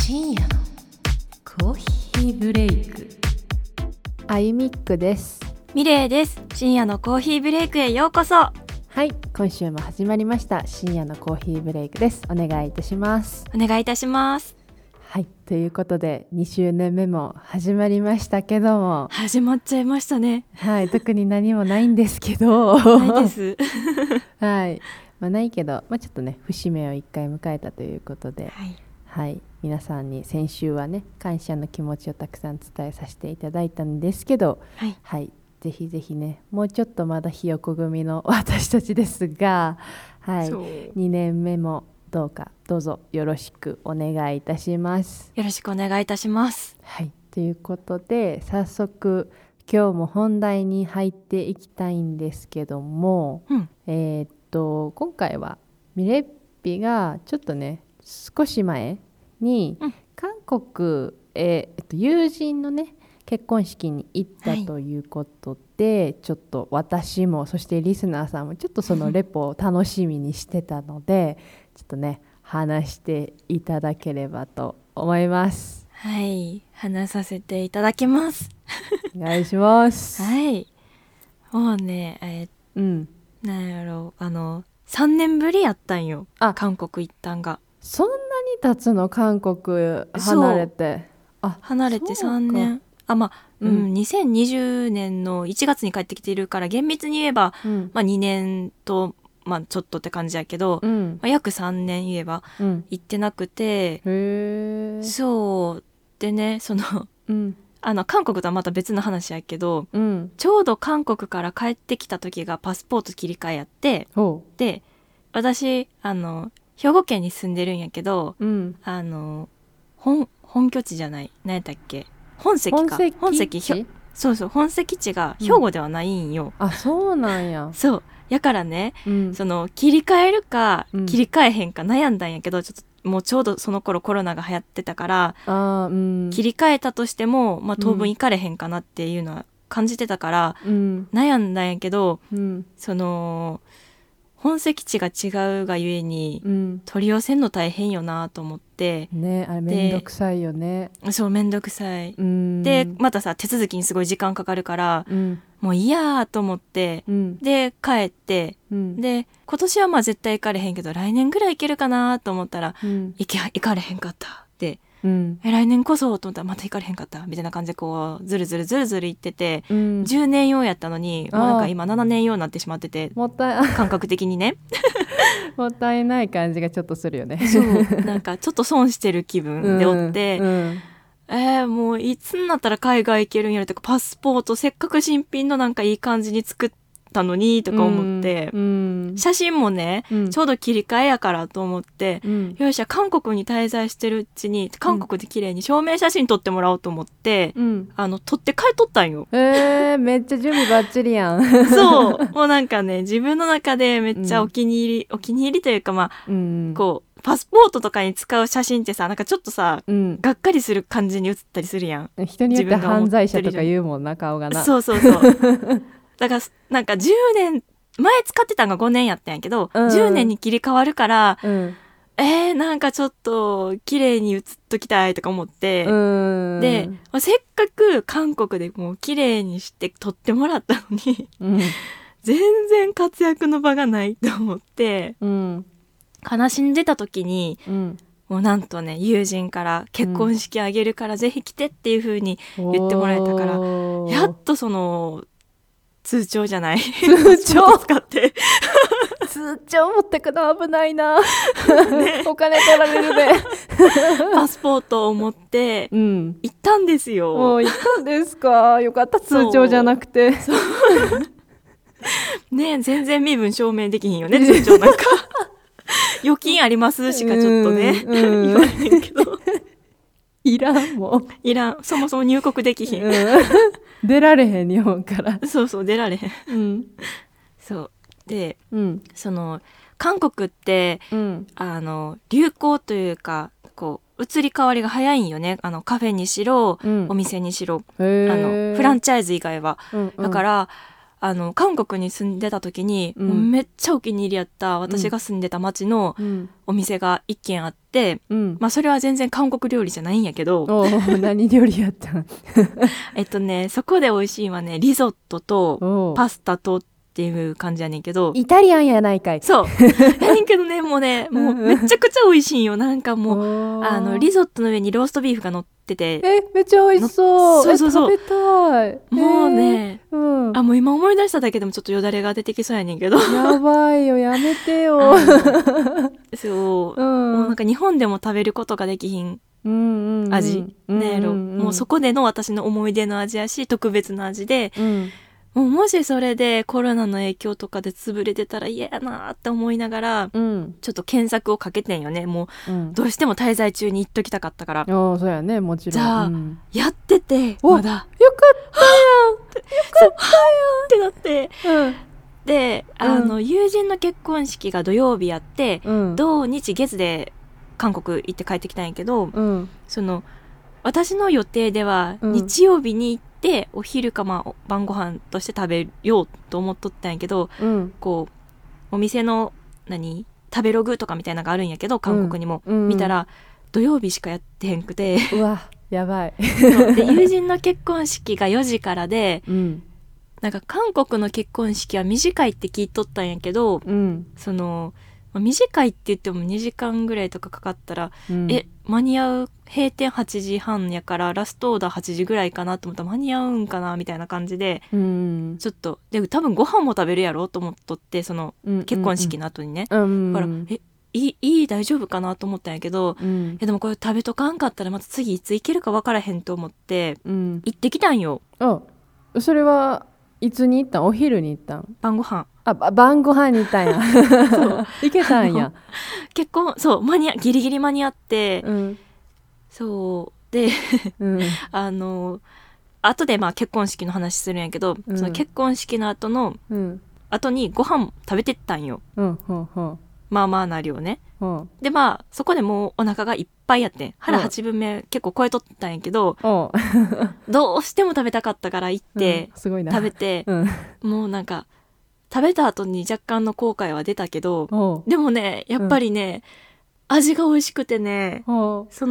深夜のコーヒーブレイク。 あゆみっくです。 ミレイです。深夜のコーヒーブレイクへようこそ。 はい、今週も始まりました深夜のコーヒーブレイクです。お願いいたします。 お願いいたします。 はい、ということで2週年目も始まりましたけども、 始まっちゃいましたね。 はい、特に何もないんですけどないですはい、ないけど、ちょっとね節目を1回迎えたということで、はい、皆さんに先週はね感謝の気持ちをたくさん伝えさせていただいたんですけど、はい、ぜひぜひね、もうちょっとまだひよこ組の私たちですが、はい、2年目もどうかどうぞよろしくお願いいたします。 よろしくお願いいたします。 はい、ということで早速今日も本題に入っていきたいんですけども、今回はミレッピがちょっとね少し前に韓国へ、友人のね結婚式に行ったということで、ちょっと私もそしてリスナーさんもちょっとそのレポを楽しみにしてたのでちょっとね話していただければと思います。 はい、話させていただきます。 お願いします。 はい、もうね、なんやろう、3年ぶりやったんよ。韓国行ったんが。 そんなに経つの？韓国離れて。 離れて3年。2020年の1月に帰ってきているから厳密に言えば、2年と、ちょっとって感じやけど、約3年言えば行ってなくて、そうでね、韓国とはまた別の話やけど、ちょうど韓国から帰ってきた時がパスポート切り替えやって、で私兵庫県に住んでるんやけど、本拠地じゃない、何やったっけ、本籍そうそう、本籍地が兵庫ではないんよ。 そうなんや。 そうやからね、切り替えるか切り替えへんか悩んだんやけど、ちょっともうちょうどその頃コロナが流行ってたから、切り替えたとしても、当分行かれへんかなっていうのは感じてたから、悩んだんやけど、その本籍地が違うがゆえに、取り寄せんの大変よなと思ってね、あれめんどくさいよね。 そうめんどくさい、でまたさ手続きにすごい時間かかるから、もういいやと思って、で帰って、で今年は絶対行かれへんけど来年ぐらい行けるかなと思ったら、行かれへんかったで、来年こそと思ったらまた行かれへんかったみたいな感じでこうずるずる行ってて、10年用やったのにもうなんか今7年用になってしまってて、感覚的にねもったいない感じがちょっとするよね。 そうなんかちょっと損してる気分でおって、もういつになったら海外行けるんやろとか、パスポートせっかく新品のなんかいい感じに作ったのにとか思って、写真もね、ちょうど切り替えやからと思って、よっしゃ韓国に滞在してるうちに韓国で綺麗に証明写真撮ってもらおうと思って、撮って帰っとったんよ。 めっちゃ準備バッチリやん。 そうもうなんかね、自分の中でめっちゃお気に入りというか、こうパスポートとかに使う写真ってさ、なんかちょっとさ、がっかりする感じに写ったりするやん。 人によって犯罪者とか言うもんな、顔がな。 そうだからなんか10年前使ってたのが5年やったんやけど、10年に切り替わるから、なんかちょっと綺麗に写っときたいとか思って、でせっかく韓国でもう綺麗にして撮ってもらったのに、全然活躍の場がないと思って、悲しんでた時に、もうなんとね、友人から結婚式あげるからぜひ来てっていう風に言ってもらえたから、やっとその通帳じゃない通帳使って通帳持ってくの危ないな、お金取られるでパスポートを持って行ったんですよ。 行ったんですか。よかった、通帳じゃなくて。 ね、全然身分証明できひんよね、通帳なんか預金ありますしかちょっとね言わへんけど、 いらん、もういらん、そもそも入国できひん、 出られへん、日本から。 そう出られへん、そうで、その韓国って、流行というかこう移り変わりが早いんよね。カフェにしろ、お店にしろ、フランチャイズ以外は、だから韓国に住んでた時に、もうめっちゃお気に入りやった私が住んでた町のお店が一軒あって、まあそれは全然韓国料理じゃないんやけど、 何料理やったん？ そこで美味しいのはね、リゾットとパスタとっていう感じやねんけど、 イタリアンやないかい。 そうやねんけどね、もうね、もうめちゃくちゃ美味しいんよ。なんかもうリゾットの上にローストビーフが乗ってて、 めっちゃ美味しそう。 そうそうそう、 食べたい。 もうね、もう今思い出しただけでもちょっとよだれが出てきそうやねんけど、 やばいよ、やめてよ。 そう、もうなんか日本でも食べることができひん味、ねやろ、もうそこでの私の思い出の味やし、特別な味で、もうもしそれでコロナの影響とかで潰れてたら嫌やなって思いながら、ちょっと検索をかけてんよね。もう、どうしても滞在中に行っときたかったから。 そうやね、もちろん。 じゃあ、やってて、まだ。 よかったやん。よかったやんってなって。で、友人の結婚式が土曜日やって、土日月で韓国行って帰ってきたんやけど、私の予定では日曜日に行って、お昼か晩ご飯として食べようと思っとったんやけど、こうお店の食べログとかみたいなのがあるんやけど、韓国にも、見たら土曜日しかやってへんくて、 うわやばい。 で友人の結婚式が4時からで、なんか韓国の結婚式は短いって聞いとったんやけど、短いって言っても2時間ぐらいとかかかったら、間に合う、閉店8時半やからラストオーダー8時ぐらいかなと思ったら間に合うんかなみたいな感じで、ちょっとで多分ご飯も食べるやろと思っとって、その結婚式の後にね、だから大丈夫かなと思ったんやけど、でもこれ食べとかんかったらまた次いつ行けるか分からへんと思って、行ってきたんよ。 それはいつに行ったん？お昼に行ったん？ 晩ご飯。 晩ご飯に行ったんや。行けたんや。 結婚、そうギリギリ間に合って、そうで、後で結婚式の話するんやけど、その結婚式の後にご飯食べてったんよ。まあまあな量ね。でそこでもうお腹がいっぱいやってん。腹8分目結構超えとったんやけど、どうしても食べたかったから行って、食べて、もうなんか食べた後に若干の後悔は出たけど、でもねやっぱりね、味が美味しくてね、食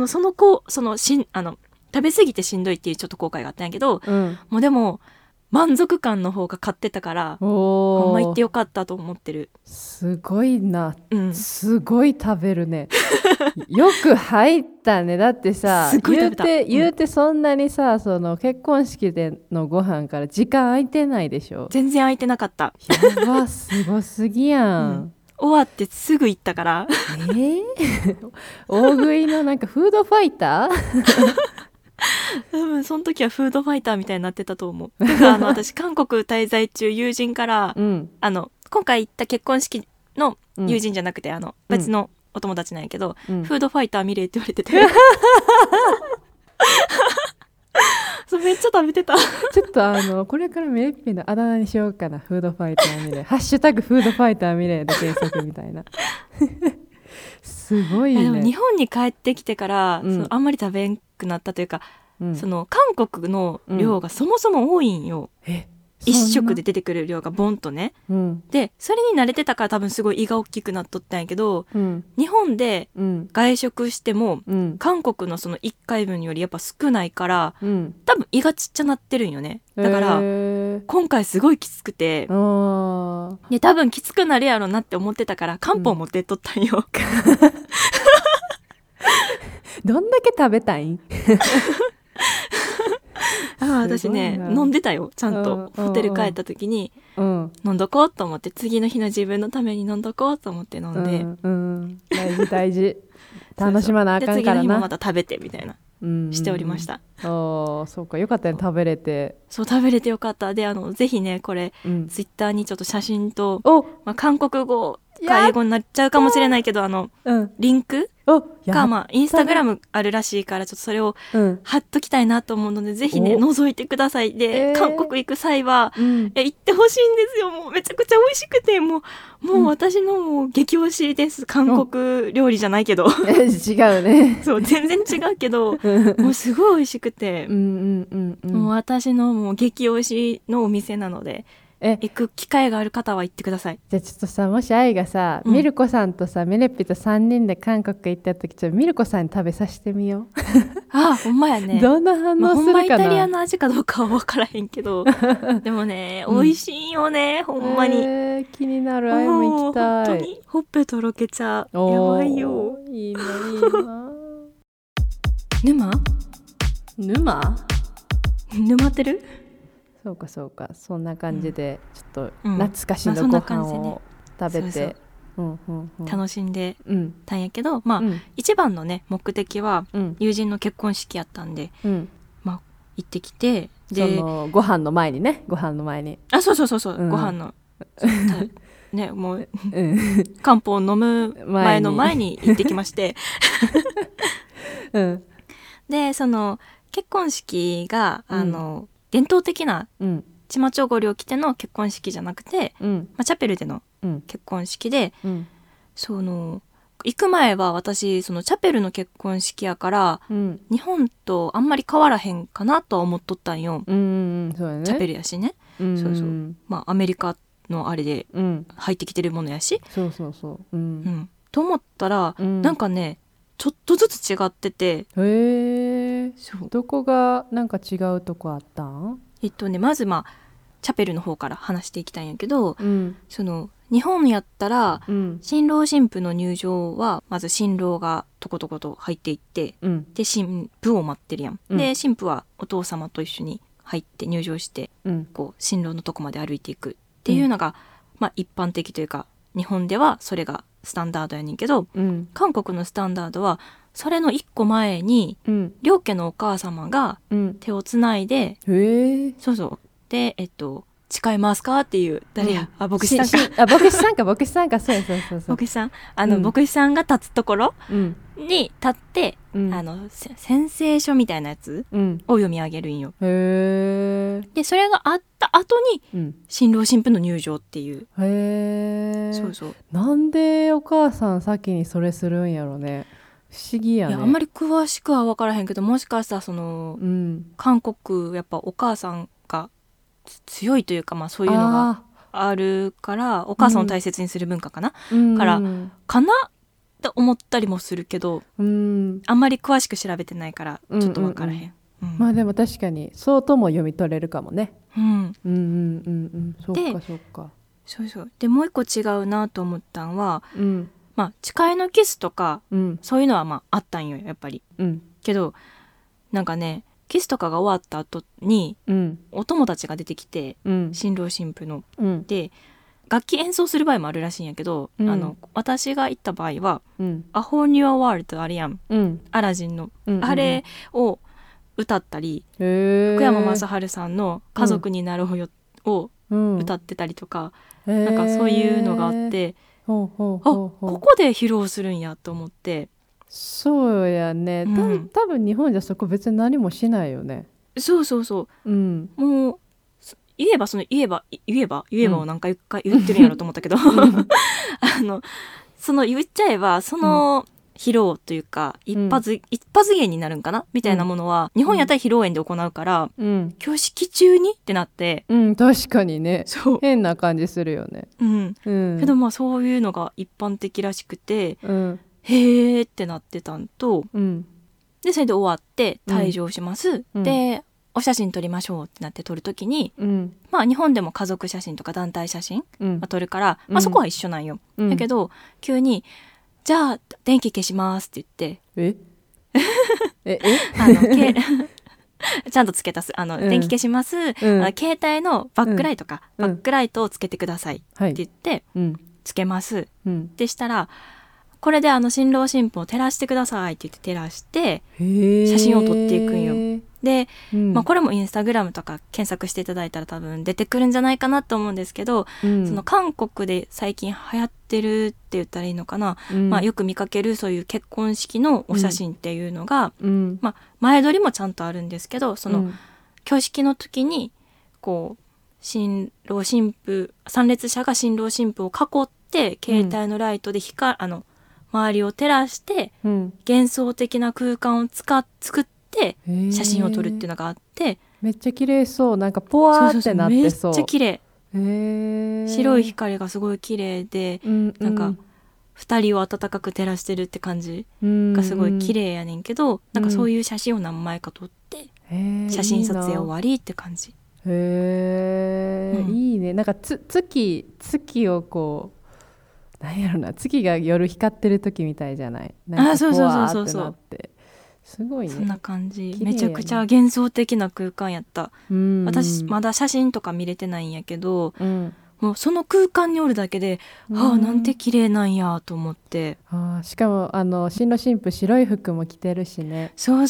べ過ぎてしんどいっていうちょっと後悔があったんやけど、もうでも満足感の方が勝ってたから、ほんま行ってよかったと思ってる。 すごいな、すごい食べるね。よく入ったね。だってさ、言うてそんなにさ、その結婚式でのご飯から時間空いてないでしょ。 全然空いてなかった。 やば、すごすぎやん。 終わってすぐ行ったから。 大食いのなんかフードファイター多分その時はフードファイターみたいになってたと思う。だから私韓国滞在中友人から、今回行った結婚式の友人じゃなくて、別のお友達なんやけど、フードファイター見れって言われててそうめっちゃ食べてた。 ちょっとこれからメレッピのあだ名にしようかな。フードファイターミレイハッシュタグフードファイターミレイで検索みたいな。すごいね。 でも日本に帰ってきてから、あんまり食べんくなったというか、その韓国の量がそもそも多いんよ。一食で出てくる量がボンとね、でそれに慣れてたから多分すごい胃が大きくなっとったんやけど、日本で外食しても、韓国のその1回分よりやっぱ少ないから、多分胃がちっちゃなってるんよね。だから今回すごいきつくて、で多分きつくなるやろなって思ってたから漢方持ってっとったんよ。 どんだけ食べたいん？ 私ね飲んでたよ。ちゃんとホテル帰った時に飲んどこうと思って、次の日の自分のために飲んどこうと思って飲んで、 大事楽しまなあかんからな。 で次の日もまた食べてみたいなしておりました。 そうか、よかったね、食べれて。 そう食べれてよかった。でぜひねこれ、ツイッターにちょっと写真と、韓国語か英語になっちゃうかもしれないけどリンクがインスタグラムあるらしいから、ちょっとそれを貼っときたいなと思うので、ぜひね覗いてください。で、韓国行く際は、行ってほしいんですよ。もうめちゃくちゃ美味しくて、もう私のもう激推しです。韓国料理じゃないけど違うね。 そう全然違うけどもうすごい美味しくて、もう私のもう激推しのお店なので、 行く機会がある方は行ってください。 じゃあちょっとさ、もし愛がさ、ミルコさんとさミレッピと3人で韓国行った時、ちょっとミルコさんに食べさせてみよう。 あ、ほんまやね。 どんな反応するかな。 ほんまイタリアの味かどうかは分からへんけどでもね、美味しいよね、ほんまに。 気になる。愛も行きたい。 本当にほっぺとろけちゃう。やばいよ。 いいないいな。沼ってる。 そうかそうか、そんな感じで、ちょっと懐かしのご飯を食べて楽しんでたんやけど、一番のね目的は友人の結婚式やったんで、行ってきて、 でそのご飯の前にあ、そう、ご飯のね、もう漢方を飲む前に行ってきましてでその結婚式が伝統的なチマチョゴリを着ての結婚式じゃなくて、チャペルでの結婚式で、その行く前は私そのチャペルの結婚式やから、日本とあんまり変わらへんかなとは思っとったんよ。 そうやね、 チャペルやしね、アメリカのあれで入ってきてるものやし、と思ったら、なんかねちょっとずつ違ってて、 どこがなんか違うとこあったん？ まずチャペルの方から話していきたいんやけど、その日本やったら、新郎新婦の入場はまず新郎がとことこと入っていって、で新婦を待ってるやん、で新婦はお父様と一緒に入って入場して、こう新郎のとこまで歩いていくっていうのが、一般的というか日本ではそれがスタンダードやねんけど、韓国のスタンダードはそれの一個前に、両家のお母様が手をつないで、で誓いますかっていう、誰や、牧師さんか牧師さんか、そう牧師さん、牧師さんが立つところに立って、宣誓書みたいなやつを読み上げるんよ。でそれがあった後に、新郎新婦の入場っていう。 なんでお母さん先にそれするんやろね。不思議やね。 あんまり詳しくは分からへんけど、もしかしたらその、韓国やっぱお母さんが強いというか、そういうのがあるからお母さんを大切にする文化かな、からかなって思ったりもするけど、あんまり詳しく調べてないからちょっと分からへん。 でも確かにそうとも読み取れるかもね。そうか。 でもう一個違うなと思ったんは、誓いのキスとか、そういうのはあったんよやっぱり、けどなんかね、キスとかが終わった後に、お友達が出てきて、新郎新婦の、で楽器演奏する場合もあるらしいんやけど、私が行った場合は、A Whole New World あれやん、アラジンの、あれを歌ったり、福山雅治さんの家族になろうよを歌ってたりとか、なんかそういうのがあって、ここで披露するんやと思って。 そうやね、多分日本じゃそこ別に何もしないよね。 もう言えばを何回言ってるんやろと思ったけどその言っちゃえばその披露というか、一発芸になるんかなみたいなものは、日本やったら披露宴で行うから、挙式中にってなって、 確かにね、変な感じするよね。 けどそういうのが一般的らしくて、へーってなってたんと、でそれで終わって退場します、でお写真撮りましょうってなって撮るときに、日本でも家族写真とか団体写真撮るから、そこは一緒なんよ。だけど急にじゃあ電気消しますって言ってちゃんとつけた電気消します、携帯のバックライトか、バックライトをつけてくださいって言って、つけます、でしたら、これで新郎新婦を照らしてくださいって言って照らして写真を撮っていくんよ。で、これもインスタグラムとか検索していただいたら多分出てくるんじゃないかなと思うんですけど、その韓国で最近流行ってるって言ったらいいのかな、よく見かけるそういう結婚式のお写真っていうのが、前撮りもちゃんとあるんですけど、その挙式の時にこう新郎新婦参列者が新郎新婦を囲って携帯のライトで周りを照らして、幻想的な空間を作って写真を撮るっていうのがあって、 めっちゃ綺麗そう。なんかポワーってなってそう。 めっちゃ綺麗白い光がすごい綺麗で、なんか2人を温かく照らしてるって感じがすごい綺麗やねんけど、なんかそういう写真を何枚か撮って、写真撮影終わりって感じ。 いいね。なんか月をこうなんやろな、月が夜光ってる時みたいじゃない？なんかそうすごいね。 そんな感じ、めちゃくちゃ幻想的な空間やった。私まだ写真とか見れてないんやけど、もうその空間におるだけで、なんて綺麗なんやと思って。 しかも新郎新婦白い服も着てるしね。 そう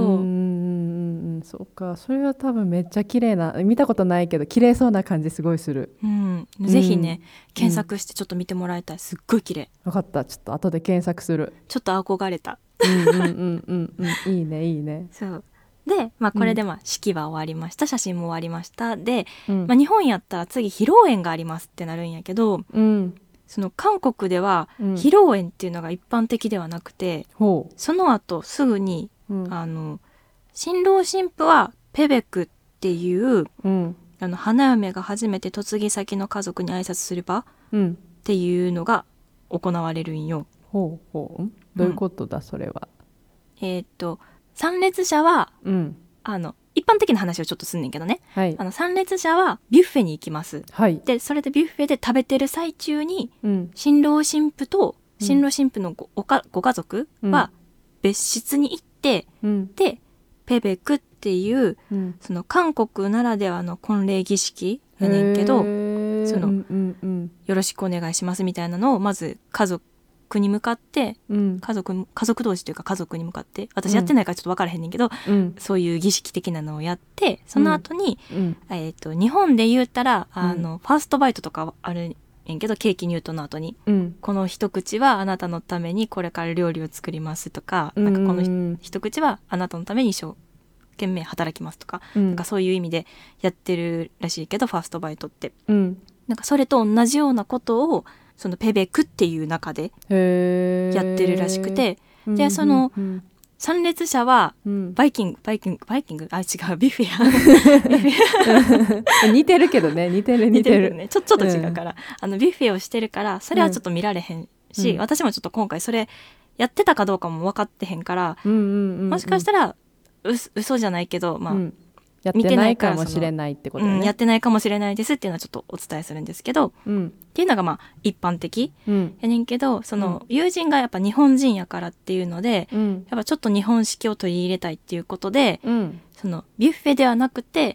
そうか、それは多分めっちゃ綺麗な、見たことないけど綺麗そうな感じすごいする。 ぜひね、検索してちょっと見てもらいたい。すっごい綺麗。 分かった、ちょっと後で検索する。 ちょっと憧れた。 いいねいいね。 そうで、これで式は終わりました、写真も終わりましたで、日本やったら次披露宴がありますってなるんやけど、その韓国では披露宴っていうのが一般的ではなくて、その後すぐに、新郎新婦はペベクっていう、花嫁が初めて嫁ぎ先の家族に挨拶する場っていうのが行われるんよ。 どういうことだ、それは。 参列者は、一般的な話をちょっとすんねんけどね、参列者はビュッフェに行きます、でそれでビュッフェで食べてる最中に、新郎新婦と新郎新婦のご家族は別室に行って、でペベクっていう、その韓国ならではの婚礼儀式やねんけど、その、よろしくお願いしますみたいなのをまず家族に向かって、家族同士というか家族に向かって、私やってないからちょっと分からへんねんけど、そういう儀式的なのをやって、その後に、日本で言うたらファーストバイトとかあるんけど、ケーキ入刀の後に、この一口はあなたのためにこれから料理を作りますとか、なんかこの一口はあなたのために一生懸命働きますとか、なんかそういう意味でやってるらしいけど、ファーストバイトって、なんかそれと同じようなことをそのペベクっていう中でやってるらしくて、でその参列者はバイキング違う、ビュッフェや似てるけどね、似てるね、ちょっと違うから、ビュッフェをしてるから、それはちょっと見られへんし、私もちょっと今回それやってたかどうかも分かってへんから、もしかしたら嘘じゃないけど、 やってないかもしれないってことね、 やってないかもしれないですっていうのはちょっとお伝えするんですけど、っていうのが一般的やねんけど、その友人がやっぱ日本人やからっていうので、やっぱちょっと日本式を取り入れたいっていうことで、そのビュッフェではなくて、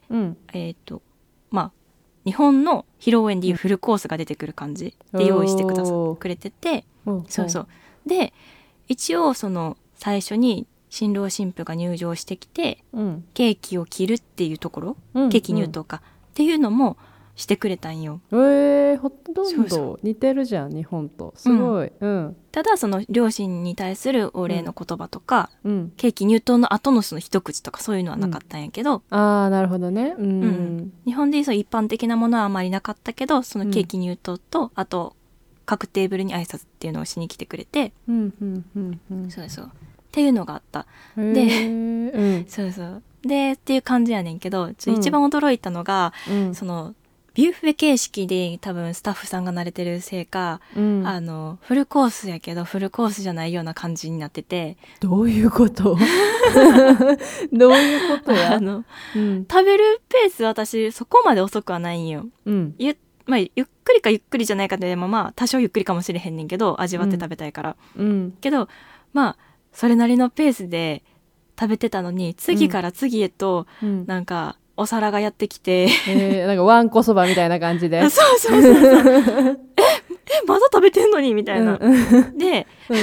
日本の披露宴でいうフルコースが出てくる感じで用意してくれてて、で一応その最初に新郎新婦が入場してきて、ケーキを切るっていうところ、ケーキ入刀かっていうのもしてくれたんよ。 ほとんど似てるじゃん、日本と。すごい、 ただその両親に対するお礼の言葉とか、ケーキ入刀の後のその一口とかそういうのはなかったんやけど、 なるほどね、 日本でそう一般的なものはあまりなかったけど、そのケーキ入刀と、あと各テーブルに挨拶っていうのをしに来てくれて、そうっていうのがあった。で、でっていう感じやねんけど、一番驚いたのが、そのビュッフェ形式で多分スタッフさんが慣れてるせいか、フルコースやけどフルコースじゃないような感じになってて。 どういうことどういうことや。 食べるペース、私そこまで遅くはないんよ。ゆっくりかゆっくりじゃないかでも多少ゆっくりかもしれへんねんけど、味わって食べたいから、けどそれなりのペースで食べてたのに、次から次へとなんかお皿がやってきて、 なんかわんこそばみたいな感じでそうまだ食べてんのにみたいな、で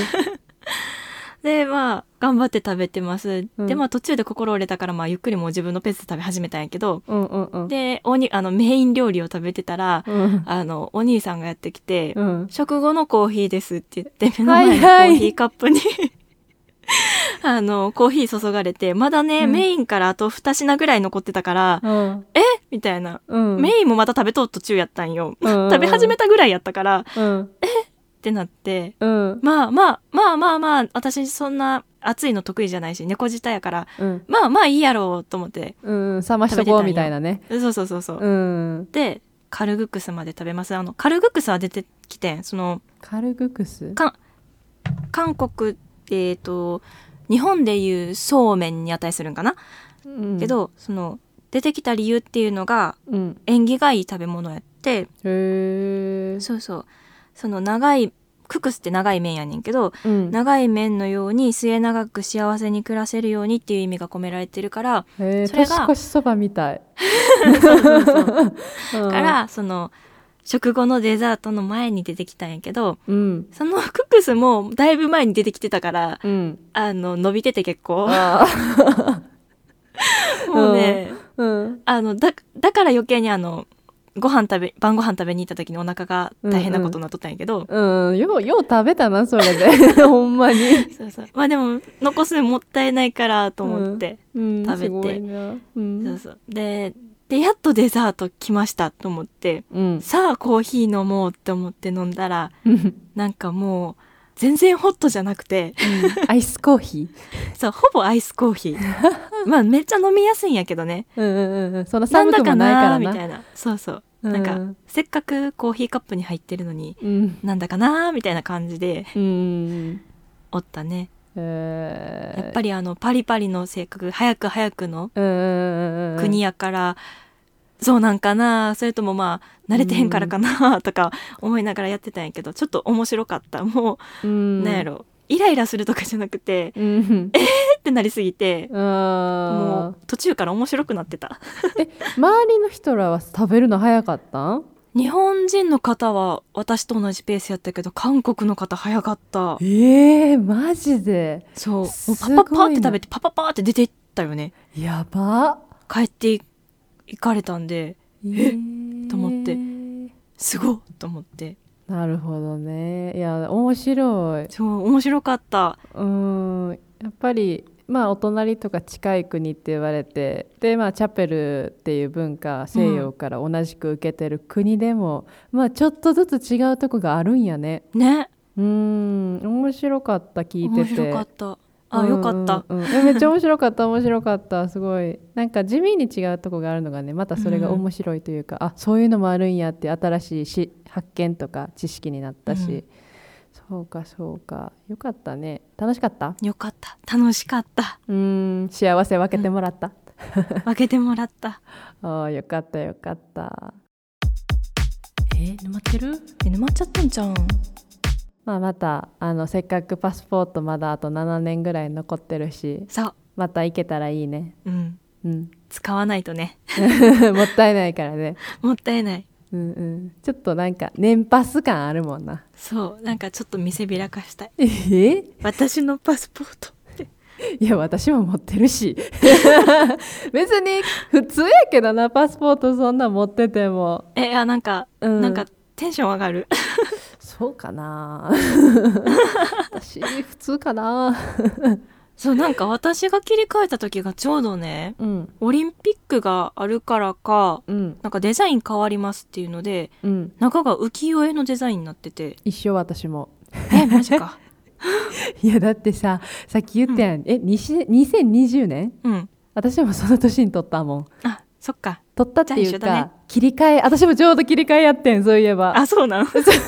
頑張って食べてます、で途中で心折れたからゆっくりもう自分のペースで食べ始めたんやけど、でメイン料理を食べてたら、お兄さんがやってきて、食後のコーヒーですって言って目の前のコーヒーカップにコーヒー注がれて、まだね、メインからあと2品ぐらい残ってたから、みたいな、メインもまた食べとう途中やったんよ、食べ始めたぐらいやったから、ってなって、私そんな熱いの得意じゃないし、猫舌やから、いいやろうと思って、 冷ましとこうみたいなね。 そう、でカルグクスまで食べます。カルグクスは出てきてん。 カルグクス、 韓国日本でいうそうめんに値するんかな、けど出てきた理由っていうのが、縁起がいい食べ物やって、そうそう、長いククスって長い麺やねんけど、長い麺のように末永く幸せに暮らせるようにっていう意味が込められてるから、 それが年越しそばみたいそうから食後のデザートの前に出てきたんやけど、そのククスもだいぶ前に出てきてたから、伸びてて結構もうね、だから余計に晩ご飯食べに行った時にお腹が大変なことになっとったんやけど、 よう食べたなそれでほんまにそうまあでも残すのもったいないからと思って、食べて、 すごいな、 そうでやっとデザート来ましたと思って、さあコーヒー飲もうって思って飲んだら、なんかもう全然ホットじゃなくて、 アイスコーヒーそうほぼアイスコーヒーまあめっちゃ飲みやすいんやけどね、 その寒くもないからなみたいな、そうなんかせっかくコーヒーカップに入ってるのに、なんだかなみたいな感じで、おったね。やっぱりパリパリの性格、早くの国やから、そうなんかな、それともまあ慣れてへんからかなとか思いながらやってたんやけど、ちょっと面白かった。もう、なんやろ、イライラするとかじゃなくて、ってなりすぎて、もう途中から面白くなってた周りの人らは食べるの早かったん？ 日本人の方は私と同じペースやったけど、韓国の方早かった。 マジで？ そう、もうパパパって食べてパパパって出ていったよね。 やば。 帰って行かれたんで、と思って、すごっと思って。 なるほどね。いや面白い。 そう面白かった。 やっぱりまあお隣とか近い国って言われて、でまあチャペルっていう文化西洋から同じく受けてる国でも、まあちょっとずつ違うとこがあるんやね。面白かった、聞いてて。面白かった。 よかった、 めっちゃ面白かったすごいなんか地味に違うとこがあるのがね、またそれが面白いというか、そういうのもあるんやって新しい発見とか知識になったし、そうかよかったね。楽しかった？ よかった、楽しかった。 幸せ分けてもらった、 分けてもらった。 よかった沼ってる？ 沼っちゃったんじゃん。 またせっかくパスポートまだあと7年ぐらい残ってるし、また行けたらいいね。 使わないとねもったいないからね。 もったいない。 ちょっとなんか年パス感あるもんな。 そう、なんかちょっと見せびらかしたい。私のパスポートっていや私も持ってるし別に普通やけどな、パスポートそんな持ってても。 なんかテンション上がるそうかな私普通かなそうなんか私が切り替えた時がちょうどね、オリンピックがあるからか、なんかデザイン変わりますっていうので、中が浮世絵のデザインになってて。 一緒、私も。 マジかいやだってさっき言ったやん、2020年、私もその年に撮ったもん。 そっか、 撮ったっていうか、切り替え、私もちょうど切り替えやってん、そういえば。 そうなん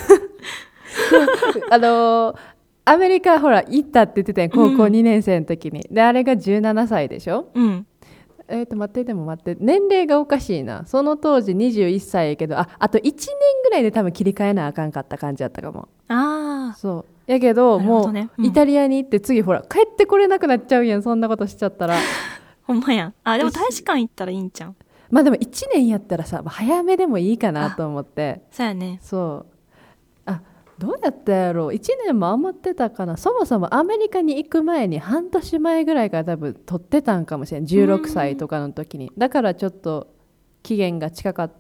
アメリカほら行ったって言ってたやん、高校2年生の時に。であれが17歳でしょ。待って年齢がおかしいな。その当時21歳やけど、あと1年ぐらいで多分切り替えなあかんかった感じやったかも。そうやけど、もうイタリアに行って次ほら帰ってこれなくなっちゃうやん、そんなことしちゃったら。 ほんまやん。でも大使館行ったらいいんちゃう？ でも1年やったらさ、早めでもいいかなと思って。 そうやね。 どうやったやろう、1年も余ってたかな。そもそもアメリカに行く前に半年前ぐらいから多分取ってたんかもしれん、16歳とかの時に。だからちょっと期限が近かって、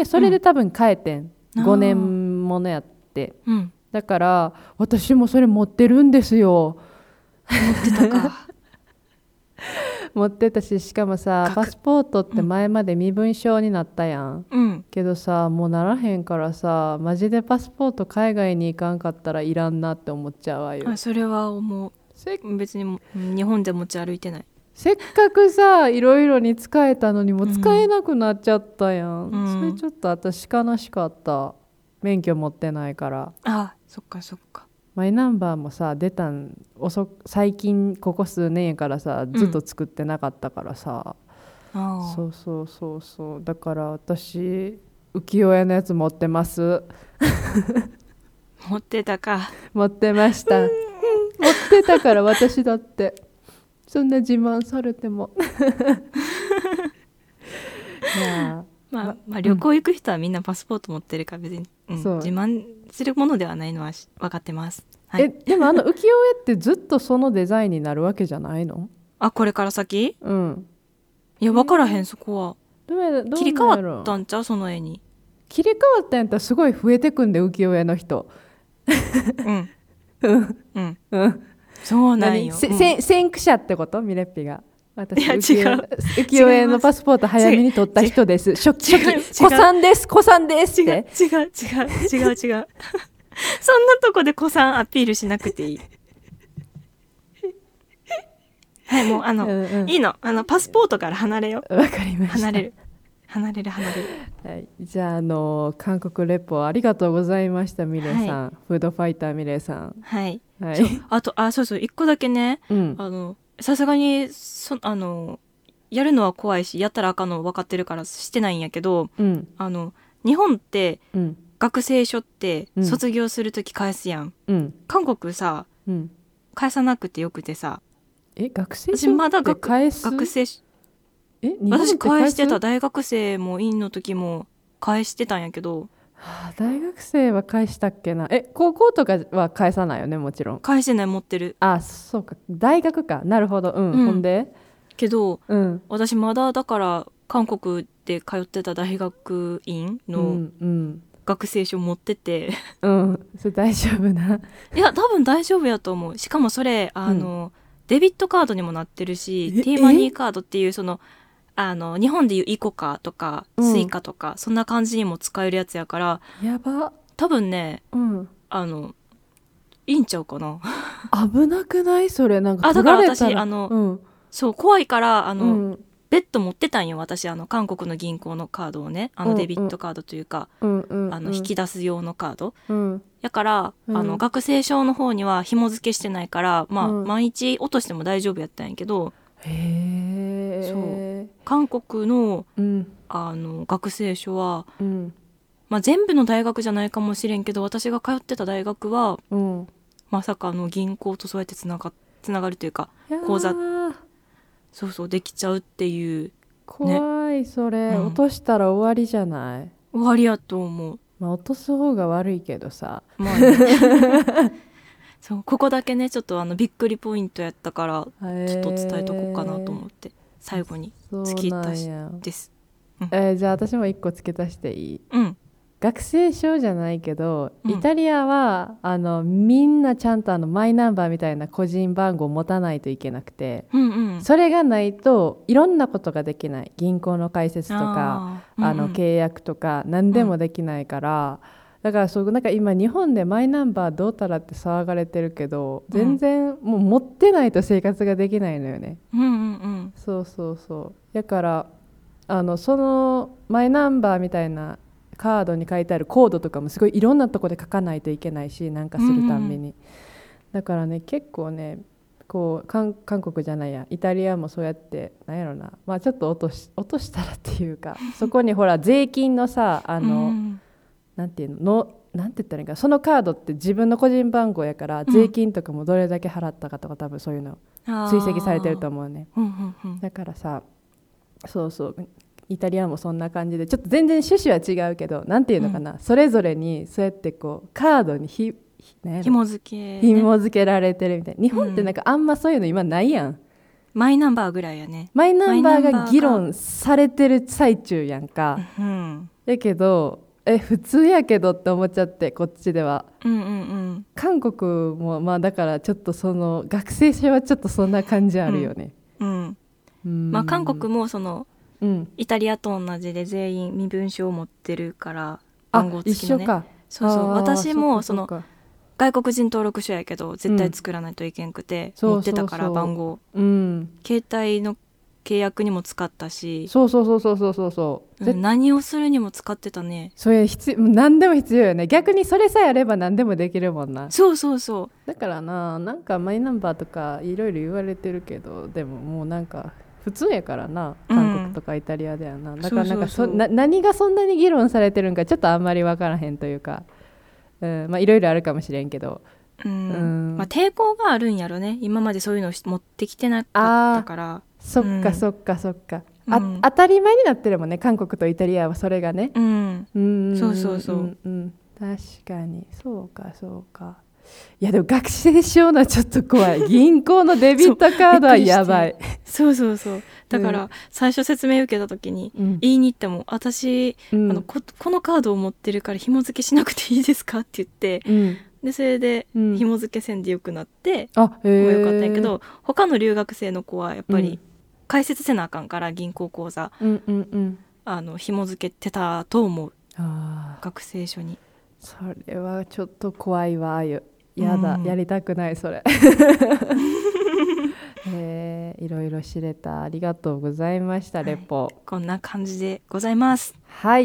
それで多分帰ってん、5年ものやって、だから私もそれ持ってるんですよ。 持ってたか持ってたし、しかもさパスポートって前まで身分証になったやん、けどさもうならへんからさ、マジでパスポート海外に行かんかったらいらんなって思っちゃうわよ。 それは思う。別に日本で持ち歩いてない。 せっかくさいろいろに使えたのにもう使えなくなっちゃったやん、それちょっと私悲しかった。免許持ってないから。 あ、そっかそっか。 マイナンバーもさ出たん最近ここ数年やからさずっと作ってなかったからさ、そうそうそうそう、だから私浮世絵のやつ持ってます。 持ってたか。 持ってました。持ってたから私だってそんな自慢されても。いやまあ旅行行く人はみんなパスポート持ってるから別に、自慢するものではないのは分かってます、はい、 でも浮世絵ってずっとそのデザインになるわけじゃないの？ あ、これから先？ うん。 いや分からへん、そこは。 ど切り替わったんちゃう、その絵に。 切り替わったんやったらすごい増えてくんで、浮世絵の人。 うんうんうん。そうなんよ。 先駆者ってこと？ミレッピが。私いや違う、 浮世絵のパスポート早めに取った人です。初期古参ですって。 違うそんなとこで古参アピールしなくていい。はい、もういいの、パスポートから離れよ。 わかりました。 離れる、 はい、じゃあ韓国レポありがとうございました。ミレさん、はい、フードファイターミレさん。 はい、はい、そうそう、一個だけね、さすがにやるのは怖いしやったらあかんの分かってるからしてないんやけど、日本って、学生証って卒業するとき返すやん、韓国さ、返さなくてよくてさ。 学生証って返す？ 学生私返してた。大学生も院の時も返してたんやけど、 大学生は返したっけな。高校とかは返さないよね？もちろん返してない、持ってる。 あ、そうか、大学か。なるほど。ほんでけど、私まだだから韓国で通ってた大学院の学生証持ってて、 それ大丈夫な？ いや多分大丈夫やと思う。しかもそれデビットカードにもなってるし、T マニーカードっていうその日本でいうイコカとかスイカとか、そんな感じにも使えるやつやから、 やば、 多分ね、いいんちゃうかな。 危なくない？それなんか取られたら。 だから私そう怖いからベッド持ってたんよ私。韓国の銀行のカードをね、デビットカードというか、引き出す用のカード、だから、学生証の方には紐付けしてないから、毎日落としても大丈夫やったんやけど、そう韓国の、学生証は、全部の大学じゃないかもしれんけど、私が通ってた大学は、まさか銀行とそうやってつながるというか、口座そうできちゃうっていう、 怖い。それ、落としたら終わりじゃない？ 終わりやと思う。 落とす方が悪いけどさ、 そうここだけねちょっとびっくりポイントやったから、ちょっと伝えとこうかなと思って最後に付け足しです。 じゃあ私も1個付け足していい？学生証じゃないけど、イタリアはみんなちゃんとマイナンバーみたいな個人番号を持たないといけなくて、それがないといろんなことができない。銀行の開設とか契約とか何でもできないから、だからなんか今日本でマイナンバーどうたらって騒がれてるけど、全然もう持ってないと生活ができないのよね。そうだからそのマイナンバーみたいなカードに書いてあるコードとかもすごいいろんなとこで書かないといけないし、なんかするたんびに、だからね結構ね韓国じゃないや、イタリアもそうやってなんやろな、ちょっと落としたらっていうかそこにほら税金のさなんていうの、なんて言ったらいいか、そのカードって自分の個人番号やから、税金とかもどれだけ払ったかとか多分そういうの追跡されてると思うね。だからさ、そうイタリアもそんな感じで、ちょっと全然趣旨は違うけど、なんていうのかな、それぞれにそうやってカードに紐付けられてるみたいな。日本ってなんかあんまそういうの今ないやん。 マイナンバーぐらいやね。 マイナンバーが議論されてる最中やんか。やけど普通やけどって思っちゃって、こっちでは。韓国もだからちょっとその学生証はちょっとそんな感じあるよね。 韓国もイタリアと同じで全員身分証を持ってるから、番号付きのね。 一緒か。 そう私も外国人登録書やけど絶対作らないといけんくて、持ってたから番号、携帯の契約にも使ったし、何をするにも使ってたね。 それ何でも必要よね。逆にそれさえあれば何でもできるもんな。 そうだからなんかマイナンバーとかいろいろ言われてるけど、でももうなんか普通やからな、韓国とかイタリアではな、だからなんか何がそんなに議論されてるんかちょっとあんまり分からへんというか、いろいろあるかもしれんけど、 抵抗があるんやろね。今までそういうの持ってきてなかったから。 そっか、当たり前になってるもんね、韓国とイタリアはそれがね。そう確かにそうか。いやでも学生証のちょっと怖い。銀行のデビットカードはやばい。 そうだから最初説明受けた時に言いに行っても、私このカードを持ってるから紐付けしなくていいですかって言って、でそれで紐付けせんでよくなって、もうよかったんやけど、他の留学生の子はやっぱり開設せなあかんから、銀行口座紐付けてたと思う、学生証に。 それはちょっと怖いわ。やだ、やりたくないそれ。いろいろ知れた。ありがとうございました、レポ。 こんな感じでございます。 はい。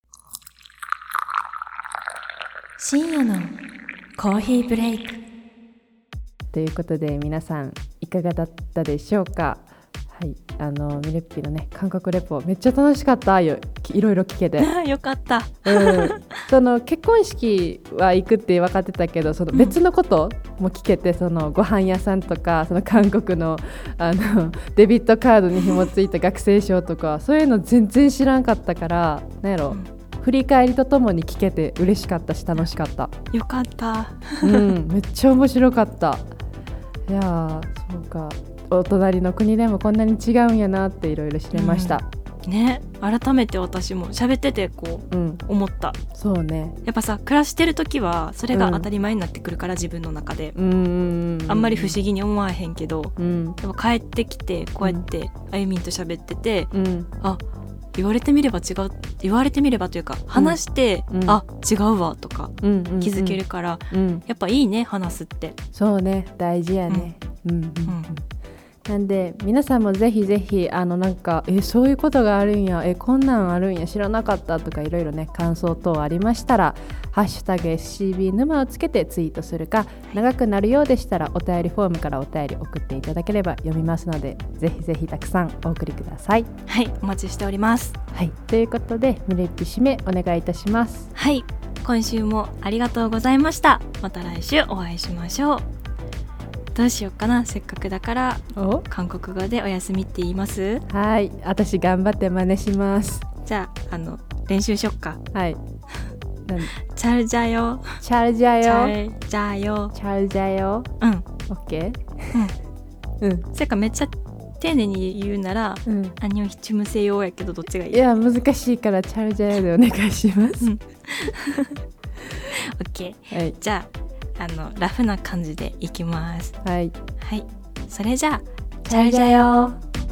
深夜のコーヒーブレイクということで、皆さんいかがだったでしょうか。はい、ミレッピのね韓国レポめっちゃ楽しかった。いろいろ聞けてよかった。 その結婚式は行くって分かってたけど、その別のことも聞けて、そのご飯屋さんとか、その韓国のデビットカードに紐付いた学生証とか、そういうの全然知らんかったから、なんやろ、振り返りとともに聞けて嬉しかったし楽しかった。 よかった。 めっちゃ面白かった。いやそうか、お隣の国でもこんなに違うんやなっていろいろ知れました、 ね。改めて私も喋ってて思った。そうね。やっぱさ、暮らしてる時はそれが当たり前になってくるから、自分の中であんまり不思議に思わへんけど、やっぱ帰ってきてこうやってあゆみんと喋ってて、言われてみればというか、話して、違うわとか気づけるから、やっぱいいね、話すって。 そうね、大事やね。なんで皆さんもぜひぜひなんかそういうことがあるんや、こんなんあるんや、知らなかったとか、いろいろね感想等ありましたらハッシュタグ SCB 沼をつけてツイートするか、長くなるようでしたらお便りフォームからお便り送っていただければ読みますので、ぜひぜひたくさんお送りください。 はい、お待ちしております。 はい、ということでミレッピ締めお願いいたします。 はい、今週もありがとうございました。また来週お会いしましょう。どうしようかな、せっかくだから韓国語でお休みって言います？ はい、私頑張って真似します。 じゃあ練習しよっか。 はい。 チャルジャヨ。 チャルジャヨ。 チャルジャヨ。 チャルジャヨ。オッケー。それかめっちゃ丁寧に言うなら、アニョンヒチムセヨやけど、どっちがいい？ いや難しいからチャルジャヨでお願いします。 オッケー。はい、じゃあ。ラフな感じでいきます。 はい、 それじゃあチャルジャヨ。